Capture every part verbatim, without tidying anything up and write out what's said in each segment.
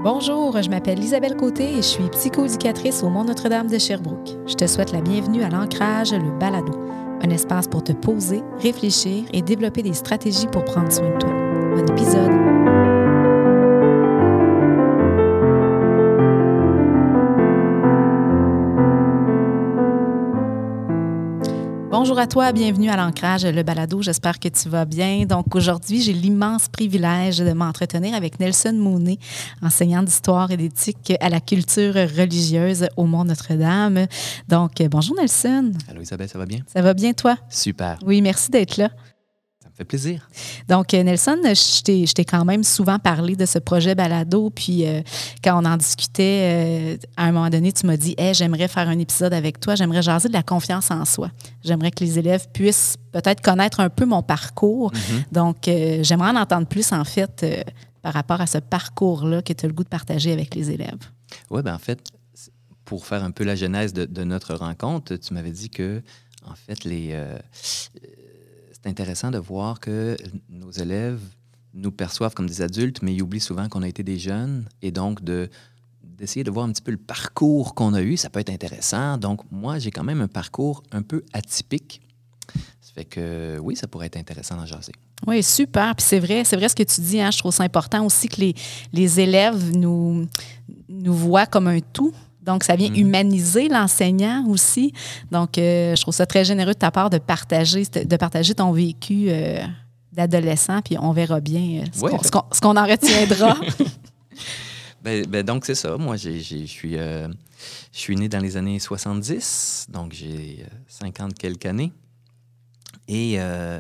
Bonjour, je m'appelle Isabelle Côté et je suis psychoéducatrice au Mont-Notre-Dame de Sherbrooke. Je te souhaite la bienvenue à l'Ancrage, le balado, un espace pour te poser, réfléchir et développer des stratégies pour prendre soin de toi. Bon épisode! Bonjour à toi, bienvenue à l'Ancrage, le balado. J'espère que tu vas bien. Donc aujourd'hui, j'ai l'immense privilège de m'entretenir avec Nelson Monet, enseignant d'histoire et d'éthique à la culture religieuse au Mont-Notre-Dame. Donc bonjour Nelson. Allô Isabelle, ça va bien? Ça va bien toi? Super. Oui, merci d'être là. Ça me fait plaisir. Donc, Nelson, je t'ai, je t'ai quand même souvent parlé de ce projet balado, puis euh, quand on en discutait, euh, à un moment donné, tu m'as dit hey, « j'aimerais faire un épisode avec toi, j'aimerais jaser de la confiance en soi. J'aimerais que les élèves puissent peut-être connaître un peu mon parcours. Mm-hmm. » Donc, euh, j'aimerais en entendre plus, en fait, euh, par rapport à ce parcours-là que tu as le goût de partager avec les élèves. Oui, bien en fait, pour faire un peu la genèse de, de notre rencontre, tu m'avais dit que, en fait, les... Euh, c'est intéressant de voir que nos élèves nous perçoivent comme des adultes, mais ils oublient souvent qu'on a été des jeunes. Et donc, de, d'essayer de voir un petit peu le parcours qu'on a eu, ça peut être intéressant. Donc, moi, j'ai quand même un parcours un peu atypique. Ça fait que, oui, ça pourrait être intéressant d'en jaser. Oui, super. Puis c'est vrai, c'est vrai ce que tu dis. Hein? Je trouve ça important aussi que les, les élèves nous, nous voient comme un tout. Donc, ça vient humaniser l'enseignant aussi. Donc, euh, je trouve ça très généreux de ta part de partager, de partager ton vécu euh, d'adolescent, puis on verra bien euh, ce, ouais, qu'on, ce, qu'on, ce qu'on en retiendra. ben, ben donc, c'est ça. Moi, j'ai, j'ai, je suis, euh, je suis né dans les années soixante-dix, donc j'ai cinquante quelques années. Et euh,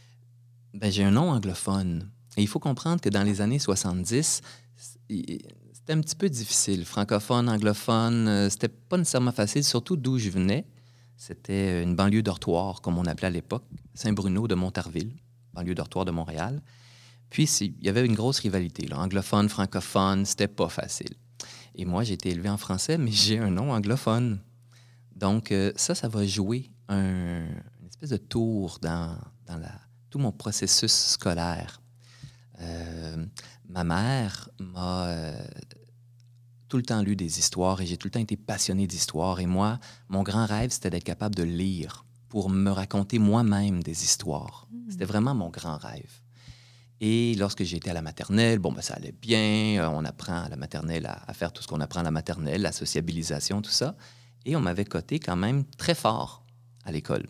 ben, j'ai un nom anglophone. Et il faut comprendre que dans les années soixante-dix, c'était un petit peu difficile. Francophone, anglophone, euh, c'était pas nécessairement facile, surtout d'où je venais. C'était une banlieue dortoir, comme on appelait à l'époque, Saint-Bruno de Montarville, banlieue dortoir de Montréal. Puis, il y avait une grosse rivalité, là. Anglophone, francophone, c'était pas facile. Et moi, j'ai été élevé en français, mais j'ai un nom anglophone. Donc, euh, ça, ça va jouer un, une espèce de tour dans, dans la, tout mon processus scolaire. Euh, ma mère m'a euh, tout le temps lu des histoires et j'ai tout le temps été passionné d'histoire. Et moi, mon grand rêve, c'était d'être capable de lire pour me raconter moi-même des histoires. Mmh. C'était vraiment mon grand rêve. Et lorsque j'étais à la maternelle, bon, ben, ça allait bien. On apprend à la maternelle à, à faire tout ce qu'on apprend à la maternelle, la sociabilisation, tout ça. Et on m'avait coté quand même très fort à l'école.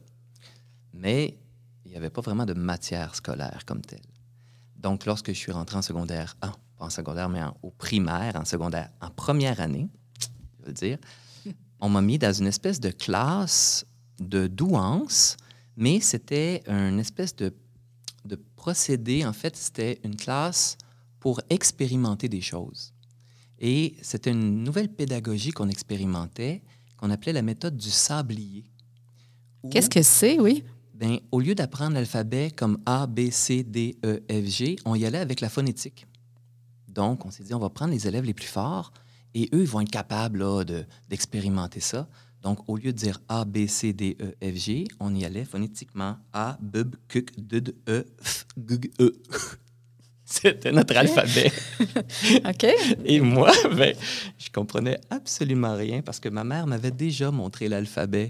Mais il n'y avait pas vraiment de matière scolaire comme telle. Donc, lorsque je suis rentré en secondaire un, pas en secondaire, mais en, au primaire, en secondaire, en première année, je veux dire, on m'a mis dans une espèce de classe de douance, mais c'était une espèce de, de procédé. En fait, c'était une classe pour expérimenter des choses. Et c'était une nouvelle pédagogie qu'on expérimentait, qu'on appelait la méthode du sablier. Où, Qu'est-ce que c'est, oui? Ben, au lieu d'apprendre l'alphabet comme A, B, C, D, E, F, G, on y allait avec la phonétique. Donc, on s'est dit, on va prendre les élèves les plus forts et eux, ils vont être capables là, de, d'expérimenter ça. Donc, au lieu de dire A, B, C, D, E, F, G, on y allait phonétiquement A, B, B, C, D, D, E, F, G, G, E. C'était notre alphabet. OK. Et moi, ben, je comprenais absolument rien parce que ma mère m'avait déjà montré l'alphabet.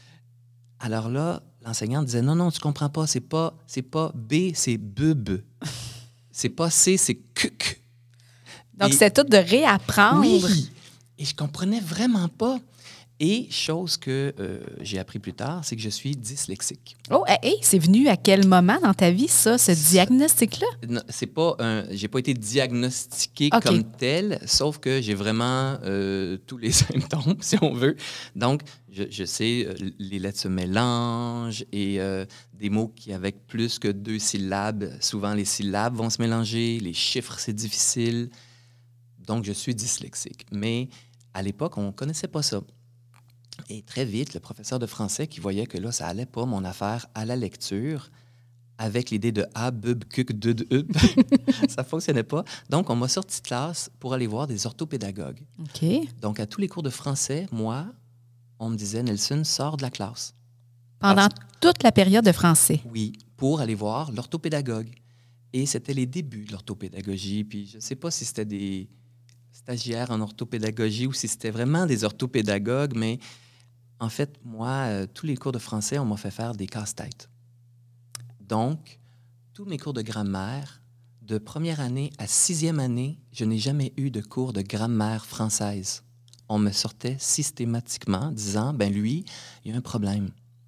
Alors là, l'enseignante disait, non, non, tu comprends pas, c'est pas, c'est pas B, c'est bub. C'est pas C, c'est cuc. Donc, et, c'est tout de réapprendre. Oui, et je comprenais vraiment pas. Et chose que euh, j'ai appris plus tard, c'est que je suis dyslexique. Oh, hey, c'est venu à quel moment dans ta vie, ça, ce diagnostic-là? Non, c'est pas un... J'ai pas été diagnostiqué okay. comme tel, sauf que j'ai vraiment euh, tous les symptômes, si on veut. Donc, je, je sais, les lettres se mélangent et euh, des mots qui, avec plus que deux syllabes, souvent les syllabes vont se mélanger, les chiffres, c'est difficile. Donc, je suis dyslexique. Mais à l'époque, on connaissait pas ça. Et très vite, le professeur de français qui voyait que là, ça allait pas, mon affaire à la lecture, avec l'idée de A, B, B, C, D, D, E, ça fonctionnait pas. Donc, on m'a sorti de classe pour aller voir des orthopédagogues. OK. Donc, à tous les cours de français, moi, on me disait, Nelson, sors de la classe. Pendant Parce... toute la période de français? Oui, pour aller voir l'orthopédagogue. Et c'était les débuts de l'orthopédagogie. Puis, je sais pas si c'était des... stagiaire en orthopédagogie ou si c'était vraiment des orthopédagogues, mais en fait, moi, euh, tous les cours de français, on m'a fait faire des casse-têtes. Donc, tous mes cours de grammaire, de première année à sixième année, je n'ai jamais eu de cours de grammaire française. On me sortait systématiquement disant, ben lui, il y a un problème.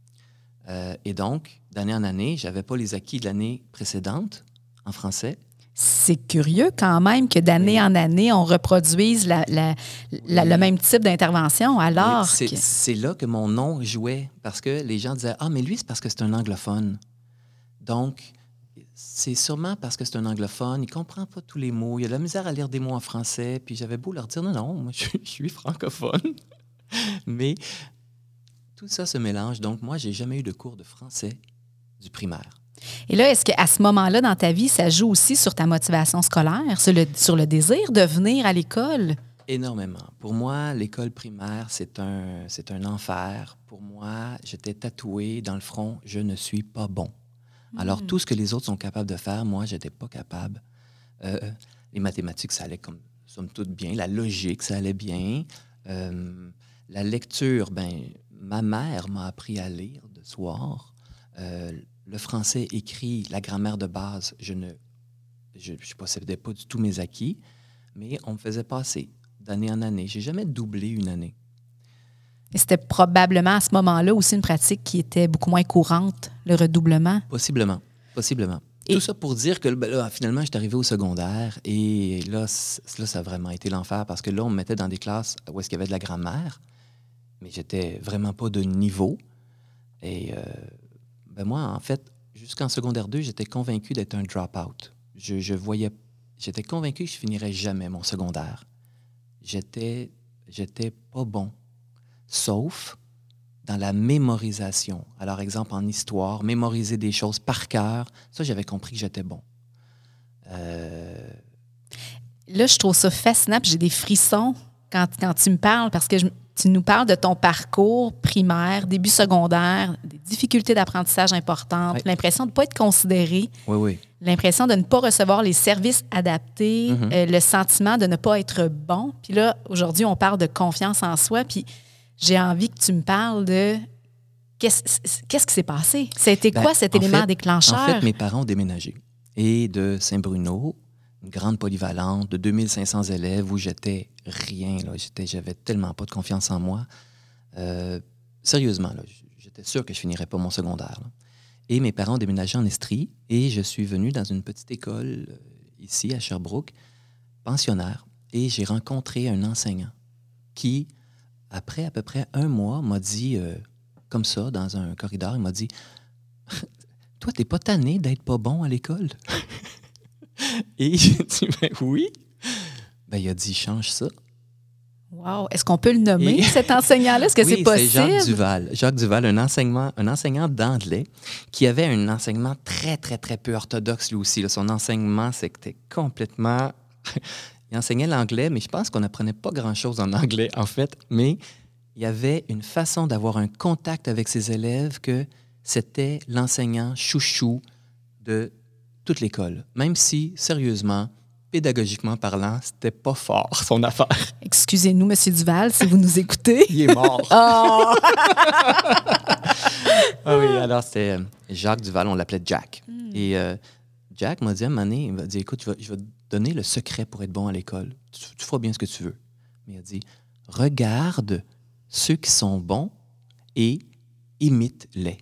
Euh, et donc, d'année en année, je n'avais pas les acquis de l'année précédente en français. C'est curieux quand même que d'année oui. en année, on reproduise la, la, la, oui. le même type d'intervention alors oui, c'est, que... c'est là que mon nom jouait parce que les gens disaient « Ah, mais lui, c'est parce que c'est un anglophone. » Donc, c'est sûrement parce que c'est un anglophone, il ne comprend pas tous les mots, il a de la misère à lire des mots en français, puis j'avais beau leur dire « Non, non, moi, je, je suis francophone. » Mais tout ça se mélange. Donc, moi, je n'ai jamais eu de cours de français du primaire. Et là, est-ce qu'à ce moment-là, dans ta vie, ça joue aussi sur ta motivation scolaire, sur le, sur le désir de venir à l'école? Énormément. Pour moi, l'école primaire, c'est un, c'est un enfer. Pour moi, j'étais tatoué dans le front « Je ne suis pas bon ». Alors, mmh. tout ce que les autres sont capables de faire, moi, je n'étais pas capable. Euh, les mathématiques, ça allait comme, somme toute bien. La logique, ça allait bien. Euh, la lecture, ben, ma mère m'a appris à lire de soir. Euh, le français écrit, la grammaire de base, je ne je, je possédais pas du tout mes acquis, mais on me faisait passer d'année en année. Je n'ai jamais doublé une année. Et c'était probablement à ce moment-là aussi une pratique qui était beaucoup moins courante, le redoublement? Possiblement, possiblement. Et... Tout ça pour dire que ben là, finalement, je suis arrivé au secondaire et là, là, ça a vraiment été l'enfer parce que là, on me mettait dans des classes où est-ce qu'il y avait de la grammaire, mais j'étais vraiment pas de niveau. Et euh, ben moi, en fait, jusqu'en secondaire deux, j'étais convaincu d'être un drop-out. Je, je voyais, j'étais convaincu que je finirais jamais mon secondaire. J'étais, j'étais pas bon. Sauf dans la mémorisation. Alors, exemple, en histoire, mémoriser des choses par cœur, ça, j'avais compris que j'étais bon. Euh... Là, je trouve ça fascinant, puis j'ai des frissons quand, quand tu me parles, parce que je, tu nous parles de ton parcours primaire, début secondaire, des difficultés d'apprentissage importantes, oui. l'impression de ne pas être considéré, oui, oui. l'impression de ne pas recevoir les services adaptés, mm-hmm. euh, le sentiment de ne pas être bon. Puis là, aujourd'hui, on parle de confiance en soi, puis j'ai envie que tu me parles de qu'est-ce, qu'est-ce qui s'est passé? Ça a été quoi, ben, cet élément fait, déclencheur? En fait, mes parents ont déménagé. Et de Saint-Bruno, une grande polyvalente de deux mille cinq cents élèves où j'étais rien. Là. J'étais, j'avais tellement pas de confiance en moi. Euh, sérieusement, là, j'étais sûr que je finirais pas mon secondaire. Là. Et mes parents ont déménagé en Estrie et je suis venu dans une petite école euh, ici, à Sherbrooke, pensionnaire. Et j'ai rencontré un enseignant qui... Après à peu près un mois, m'a dit, euh, comme ça, dans un corridor, il m'a dit « Toi, t'es pas tanné d'être pas bon à l'école? » Et j'ai dit « Ben oui. » Ben il a dit « Change ça. » Wow! Est-ce qu'on peut le nommer, Et... cet enseignant-là? Est-ce que oui, c'est possible? c'est Jacques Duval. Jacques Duval, un, enseignement, un enseignant d'anglais qui avait un enseignement très, très, très peu orthodoxe, lui aussi. Là. Son enseignement, c'était complètement... Il enseignait l'anglais, mais je pense qu'on n'apprenait pas grand-chose en anglais, en fait. Mais il y avait une façon d'avoir un contact avec ses élèves que c'était l'enseignant chouchou de toute l'école. Même si, sérieusement, pédagogiquement parlant, c'était pas fort, son affaire. Excusez-nous, M. Duval, si vous nous écoutez. Il est mort. Oh! Ah oui, alors c'était Jacques Duval, on l'appelait Jack. Mm. Et euh, Jack m'a dit à un moment donné, il m'a dit, écoute, je vais, je vais te donner le secret pour être bon à l'école. Tu, tu feras bien ce que tu veux. Mais il a dit, regarde ceux qui sont bons et imite-les.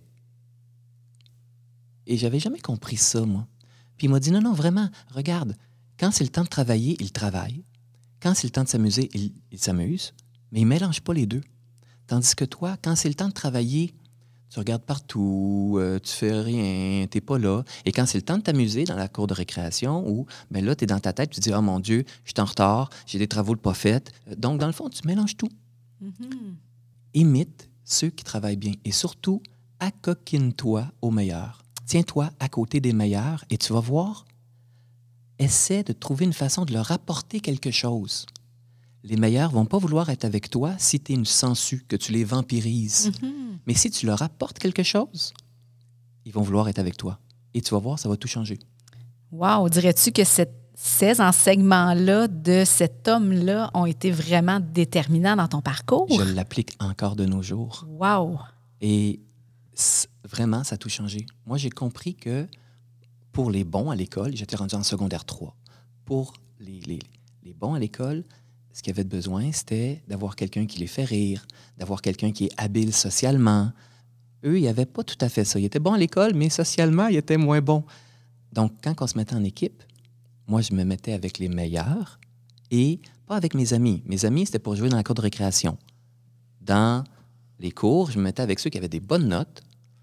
Et j'avais jamais compris ça, moi. Puis il m'a dit, non, non, vraiment, regarde, quand c'est le temps de travailler, il travaille. Quand c'est le temps de s'amuser, il, il s'amuse. Mais il ne mélange pas les deux. Tandis que toi, quand c'est le temps de travailler, tu regardes partout, euh, tu fais rien, tu n'es pas là. Et quand c'est le temps de t'amuser dans la cour de récréation, où ben là, tu es dans ta tête, tu te dis « Oh mon Dieu, je suis en retard, j'ai des travaux de pas faits. » Donc, dans le fond, tu mélanges tout. Mm-hmm. Imite ceux qui travaillent bien. Et surtout, accoquine-toi aux meilleurs. Tiens-toi à côté des meilleurs et tu vas voir, essaie de trouver une façon de leur apporter quelque chose. Les meilleurs ne vont pas vouloir être avec toi si tu es une sangsue, que tu les vampirises. Mm-hmm. Mais si tu leur apportes quelque chose, ils vont vouloir être avec toi. Et tu vas voir, ça va tout changer. Wow! Dirais-tu que cette, ces enseignements-là de cet homme-là ont été vraiment déterminants dans ton parcours. Je l'applique encore de nos jours. Wow! Et vraiment, ça a tout changé. Moi, j'ai compris que pour les bons à l'école, j'étais rendu en secondaire trois. Pour les, les, les bons à l'école, ce qu'ils avaient besoin, c'était d'avoir quelqu'un qui les fait rire, d'avoir quelqu'un qui est habile socialement. Eux, ils n'avaient pas tout à fait ça. Ils étaient bons à l'école, mais socialement, ils étaient moins bons. Donc, quand on se mettait en équipe, moi, je me mettais avec les meilleurs et pas avec mes amis. Mes amis, c'était pour jouer dans la cour de récréation. Dans les cours, je me mettais avec ceux qui avaient des bonnes notes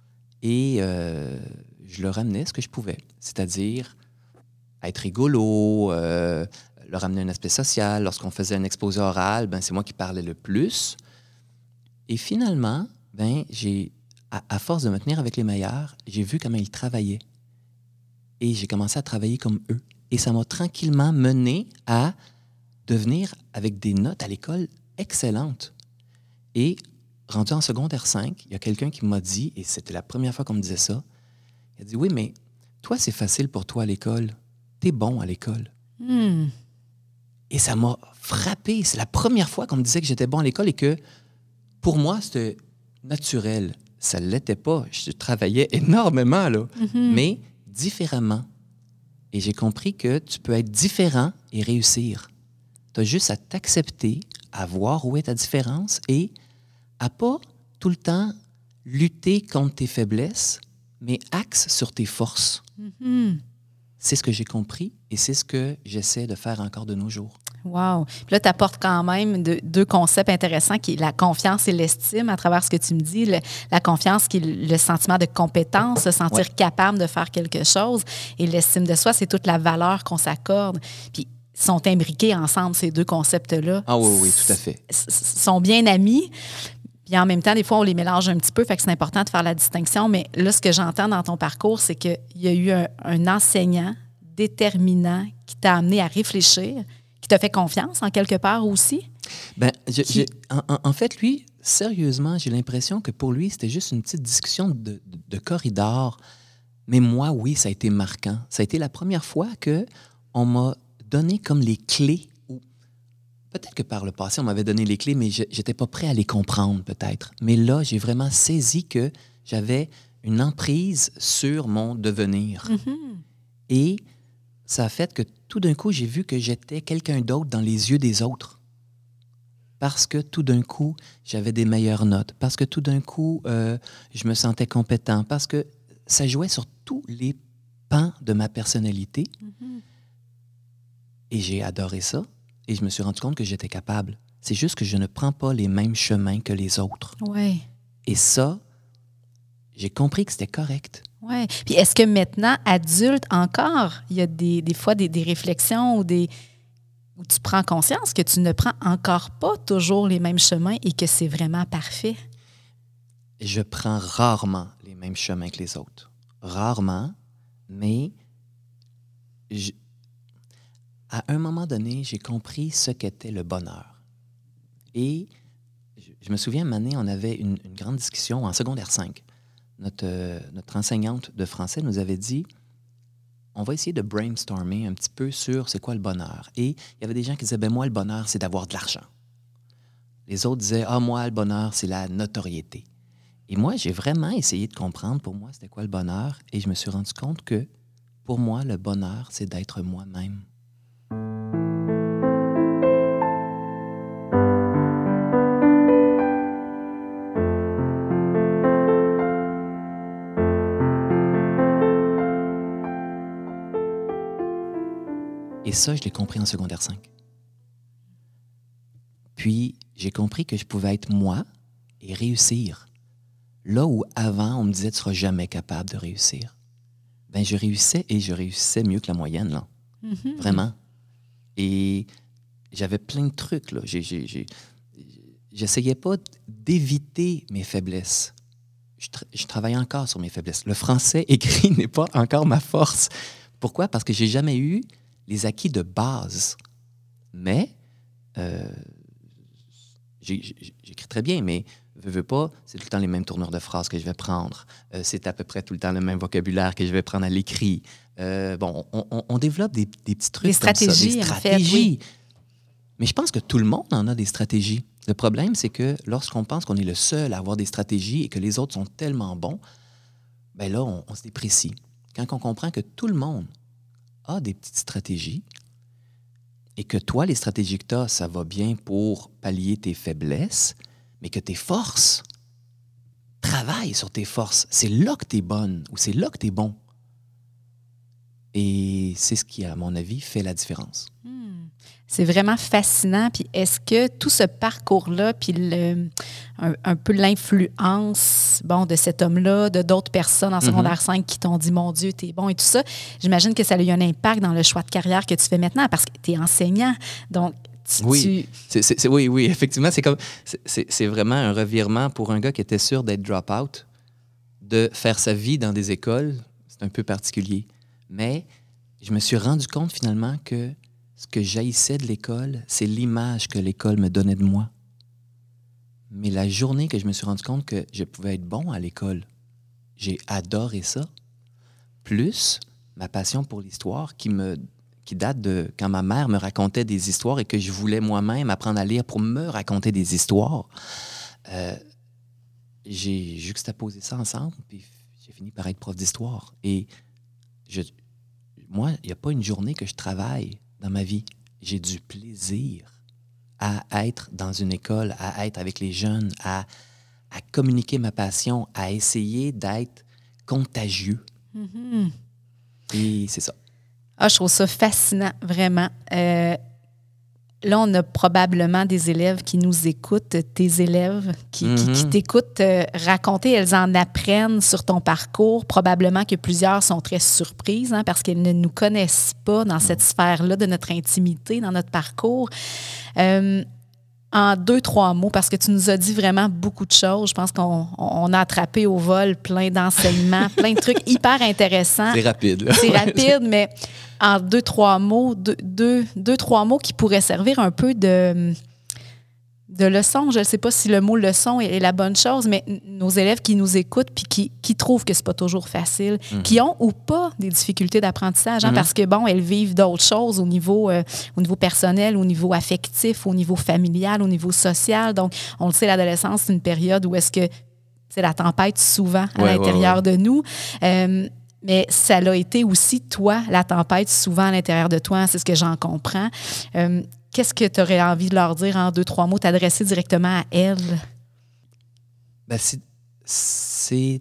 et euh, je leur amenais ce que je pouvais, c'est-à-dire être rigolo, euh, leur amener un aspect social. Lorsqu'on faisait un exposé oral, ben, c'est moi qui parlais le plus. Et finalement, ben, j'ai, à, à force de me tenir avec les meilleurs, j'ai vu comment ils travaillaient. Et j'ai commencé à travailler comme eux. Et ça m'a tranquillement mené à devenir, avec des notes à l'école, excellentes. Et rendu en secondaire cinq, il y a quelqu'un qui m'a dit, et c'était la première fois qu'on me disait ça, il a dit, oui, mais toi, c'est facile pour toi à l'école. T'es bon à l'école. Mm. Et ça m'a frappé. C'est la première fois qu'on me disait que j'étais bon à l'école et que, pour moi, c'était naturel. Ça ne l'était pas. Je travaillais énormément, là, Mm-hmm. mais différemment. Et j'ai compris que tu peux être différent et réussir. Tu as juste à t'accepter, à voir où est ta différence et à pas tout le temps lutter contre tes faiblesses, mais axe sur tes forces. Mm-hmm. C'est ce que j'ai compris et c'est ce que j'essaie de faire encore de nos jours. Wow. Puis là, tu apportes quand même de, deux concepts intéressants qui est la confiance et l'estime à travers ce que tu me dis. Le, la confiance qui est le, le sentiment de compétence, se sentir Ouais. capable de faire quelque chose. Et l'estime de soi, c'est toute la valeur qu'on s'accorde. Puis ils sont imbriqués ensemble, ces deux concepts-là. Ah oui, oui, tout à fait. Ils sont bien amis. Puis en même temps, des fois, on les mélange un petit peu, fait que c'est important de faire la distinction. Mais là, ce que j'entends dans ton parcours, c'est qu'il y a eu un, un enseignant déterminant qui t'a amené à réfléchir, qui t'a fait confiance en quelque part aussi. Ben, je, Qui- je- en, en fait, lui, sérieusement, j'ai l'impression que pour lui, c'était juste une petite discussion de, de, de corridor. Mais moi, oui, ça a été marquant. Ça a été la première fois qu'on m'a donné comme les clés. Ou peut-être que par le passé, on m'avait donné les clés, mais je n'étais pas prêt à les comprendre, peut-être. Mais là, j'ai vraiment saisi que j'avais une emprise sur mon devenir. Mm-hmm. Et ça a fait que tout d'un coup, j'ai vu que j'étais quelqu'un d'autre dans les yeux des autres. Parce que tout d'un coup, j'avais des meilleures notes. Parce que tout d'un coup, euh, je me sentais compétent. Parce que ça jouait sur tous les pans de ma personnalité. Mm-hmm. Et j'ai adoré ça. Et je me suis rendu compte que j'étais capable. C'est juste que je ne prends pas les mêmes chemins que les autres. Oui. Et ça, j'ai compris que c'était correct. Oui. Puis est-ce que maintenant, adulte encore, il y a des, des fois des, des réflexions ou des où tu prends conscience que tu ne prends encore pas toujours les mêmes chemins et que c'est vraiment parfait? Je prends rarement les mêmes chemins que les autres. Rarement, mais je- à un moment donné, j'ai compris ce qu'était le bonheur. Et je, je me souviens, une année, on avait une, une grande discussion en secondaire cinq. Notre, euh, notre enseignante de français nous avait dit, on va essayer de brainstormer un petit peu sur c'est quoi le bonheur. Et il y avait des gens qui disaient, ben moi, le bonheur, c'est d'avoir de l'argent. Les autres disaient, ah, moi, le bonheur, c'est la notoriété. Et moi, j'ai vraiment essayé de comprendre pour moi c'était quoi le bonheur. Et je me suis rendu compte que pour moi, le bonheur, c'est d'être moi-même. Et ça, je l'ai compris en secondaire cinq. Puis, j'ai compris que je pouvais être moi et réussir. Là où avant, on me disait « tu ne seras jamais capable de réussir ». Ben, je réussissais et je réussissais mieux que la moyenne, là. Mm-hmm. Vraiment. Et j'avais plein de trucs, là. J'ai, j'ai, j'ai, j'essayais pas d'éviter mes faiblesses. Je, tra- je travaillais encore sur mes faiblesses. Le français écrit n'est pas encore ma force. Pourquoi? Parce que j'ai jamais eu les acquis de base. Mais, euh, j'ai- j'ai- j'écris très bien, mais veux, veux pas, c'est tout le temps les mêmes tournures de phrases que je vais prendre. Euh, c'est à peu près tout le temps le même vocabulaire que je vais prendre à l'écrit. Euh, bon, on, on, on développe des, des petits trucs des stratégies, comme ça, des stratégies. En fait, oui. Mais je pense que tout le monde en a des stratégies. Le problème, c'est que lorsqu'on pense qu'on est le seul à avoir des stratégies et que les autres sont tellement bons, ben là, on, on se déprécie. Quand on comprend que tout le monde a des petites stratégies et que toi, les stratégies que tu as, ça va bien pour pallier tes faiblesses, mais que tes forces, travaille sur tes forces. C'est là que tu es bonne ou c'est là que tu es bon. Et c'est ce qui, à mon avis, fait la différence. Hmm. C'est vraiment fascinant. Puis est-ce que tout ce parcours-là, puis le, un, un peu l'influence bon, de cet homme-là, de d'autres personnes en secondaire mm-hmm. cinq qui t'ont dit « Mon Dieu, t'es bon » et tout ça, j'imagine que ça a eu un impact dans le choix de carrière que tu fais maintenant parce que t'es enseignant. Donc, tu... Oui, tu... C'est, c'est, c'est, oui, oui, effectivement, c'est, comme, c'est, c'est, c'est vraiment un revirement pour un gars qui était sûr d'être drop-out, de faire sa vie dans des écoles. C'est un peu particulier. Mais je me suis rendu compte finalement que ce que j'haïssais de l'école, c'est l'image que l'école me donnait de moi. Mais la journée que je me suis rendu compte que je pouvais être bon à l'école, j'ai adoré ça. Plus ma passion pour l'histoire qui, me, qui date de quand ma mère me racontait des histoires et que je voulais moi-même apprendre à lire pour me raconter des histoires. Euh, j'ai juxtaposé ça ensemble, puis j'ai fini par être prof d'histoire. Et je, moi, il n'y a pas une journée que je travaille dans ma vie. J'ai du plaisir à être dans une école, à être avec les jeunes, à, à communiquer ma passion, à essayer d'être contagieux. Mm-hmm. Et c'est ça. Ah, je trouve ça fascinant, vraiment. Euh, là, on a probablement des élèves qui nous écoutent, tes élèves qui, mm-hmm. qui, qui t'écoutent euh, raconter, elles en apprennent sur ton parcours. Probablement que plusieurs sont très surprises hein, parce qu'elles ne nous connaissent pas dans cette sphère-là de notre intimité, dans notre parcours. Euh, en deux, trois mots, parce que tu nous as dit vraiment beaucoup de choses. Je pense qu'on on a attrapé au vol plein d'enseignements, plein de trucs hyper intéressants. C'est rapide, là. C'est rapide, mais en deux, trois mots, deux, deux, deux, trois mots qui pourraient servir un peu de, de leçon. Je ne sais pas si le mot leçon est, est la bonne chose, mais nos élèves qui nous écoutent puis qui, qui trouvent que c'est pas toujours facile, mm-hmm. qui ont ou pas des difficultés d'apprentissage, hein, mm-hmm. parce que, bon, elles vivent d'autres choses au niveau, euh, au niveau personnel, au niveau affectif, au niveau familial, au niveau social. Donc, on le sait, l'adolescence, c'est une période où est-ce que c'est la tempête souvent à ouais, l'intérieur ouais, ouais. de nous. Euh, mais ça l'a été aussi, toi, la tempête, souvent à l'intérieur de toi. C'est ce que j'en comprends. Euh, Qu'est-ce que tu aurais envie de leur dire en deux, trois mots, t'adresser directement à elles? Ben, c'est, c'est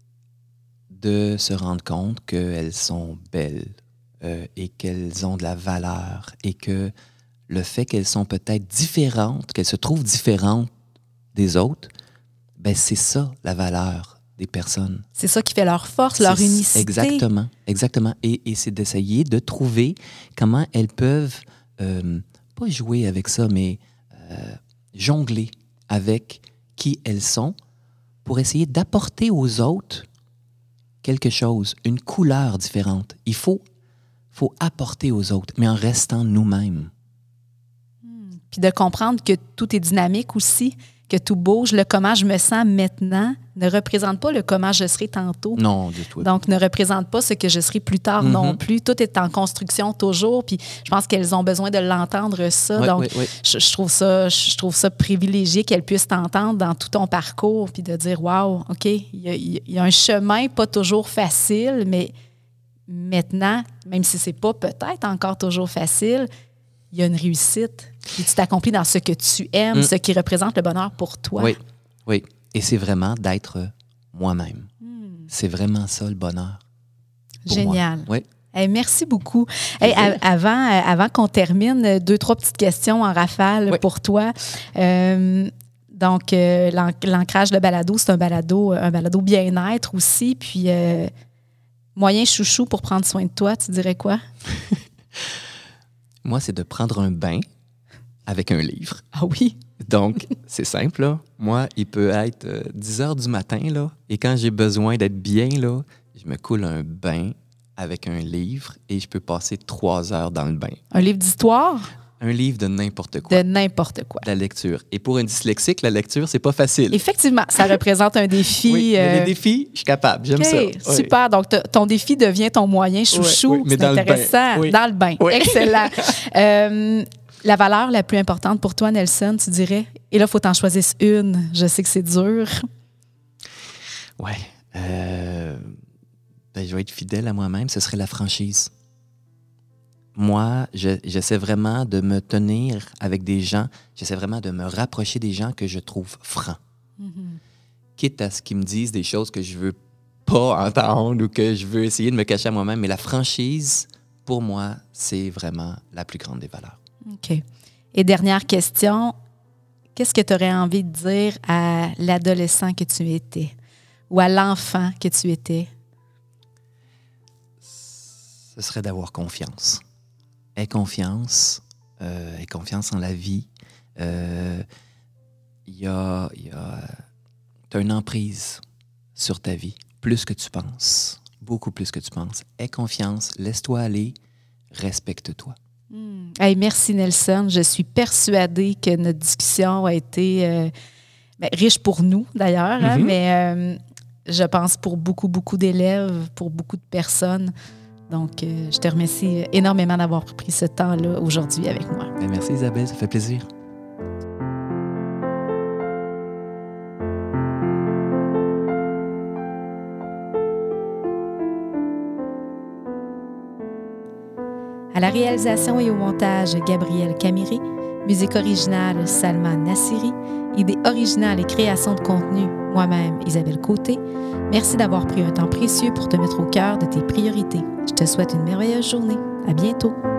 de se rendre compte qu'elles sont belles euh, et qu'elles ont de la valeur et que le fait qu'elles sont peut-être différentes, qu'elles se trouvent différentes des autres, ben, c'est ça la valeur des personnes. C'est ça qui fait leur force, leur c'est, unicité. Exactement, exactement. Et, et c'est d'essayer de trouver comment elles peuvent... Euh, pas jouer avec ça, mais euh, jongler avec qui elles sont pour essayer d'apporter aux autres quelque chose, une couleur différente. Il faut, faut apporter aux autres, mais en restant nous-mêmes. Hmm. Puis de comprendre que tout est dynamique aussi, que tout bouge. Le comment je me sens maintenant ne représente pas le comment je serai tantôt. Non, du tout. Donc, ne représente pas ce que je serai plus tard mm-hmm. non plus. Tout est en construction toujours. Puis, je pense qu'elles ont besoin de l'entendre, ça. Oui, Donc, oui, oui. Je, je, trouve ça, je trouve ça privilégié qu'elles puissent t'entendre dans tout ton parcours. Puis de dire, wow, OK, il y a, il y a un chemin pas toujours facile, mais maintenant, même si c'est pas peut-être encore toujours facile, il y a une réussite. Puis tu t'accomplis dans ce que tu aimes, mm. ce qui représente le bonheur pour toi. Oui, oui. Et c'est vraiment d'être moi-même. Mm. C'est vraiment ça, le bonheur. Génial. Oui. Hey, merci beaucoup. Hey, a- avant, euh, avant qu'on termine, deux, trois petites questions en rafale oui. pour toi. Euh, donc, euh, l'an- l'ancrage de balado, c'est un balado, un balado bien-être aussi. Puis, euh, moyen chouchou pour prendre soin de toi, tu dirais quoi? Moi, c'est de prendre un bain avec un livre. Ah oui? Donc, c'est simple, là. Moi, il peut être euh, dix heures du matin, là, et quand j'ai besoin d'être bien, là, je me coule un bain avec un livre et je peux passer trois heures dans le bain. Un livre d'histoire? Un livre de n'importe quoi. De n'importe quoi. La lecture. Et pour un dyslexique, la lecture, c'est pas facile. Effectivement, ça représente un défi. Oui, mais euh... les défis, je suis capable. J'aime okay, ça. Oui. Super. Donc, t- ton défi devient ton moyen chouchou. Oui, oui, mais c'est dans intéressant. Le bain. Oui. Dans le bain. Oui. Excellent. euh, la valeur la plus importante pour toi, Nelson, tu dirais? Et là, il faut t'en choisir une. Je sais que c'est dur. Oui. Euh... Ben, je vais être fidèle à moi-même. Ce serait la franchise. Moi, je, j'essaie vraiment de me tenir avec des gens, j'essaie vraiment de me rapprocher des gens que je trouve francs. Mm-hmm. Quitte à ce qu'ils me disent des choses que je veux pas entendre ou que je veux essayer de me cacher à moi-même. Mais la franchise, pour moi, c'est vraiment la plus grande des valeurs. OK. Et dernière question, qu'est-ce que tu aurais envie de dire à l'adolescent que tu étais ou à l'enfant que tu étais? Ce serait d'avoir confiance. Aie confiance, euh, aie confiance en la vie. Il euh, y a, y a, t'as une emprise sur ta vie, plus que tu penses, beaucoup plus que tu penses. Aie confiance, laisse-toi aller, respecte-toi. Mmh. Hey, merci Nelson. Je suis persuadée que notre discussion a été euh, ben, riche pour nous d'ailleurs, mm-hmm. hein, mais euh, je pense pour beaucoup, beaucoup d'élèves, pour beaucoup de personnes. Donc, euh, je te remercie énormément d'avoir pris ce temps-là aujourd'hui avec moi. Bien, merci Isabelle, ça fait plaisir. À la réalisation et au montage, Gabriel Camiri. Musique originale, Salman Nassiri. Idée originale et création de contenu, moi-même, Isabelle Côté. Merci d'avoir pris un temps précieux pour te mettre au cœur de tes priorités. Je te souhaite une merveilleuse journée. À bientôt.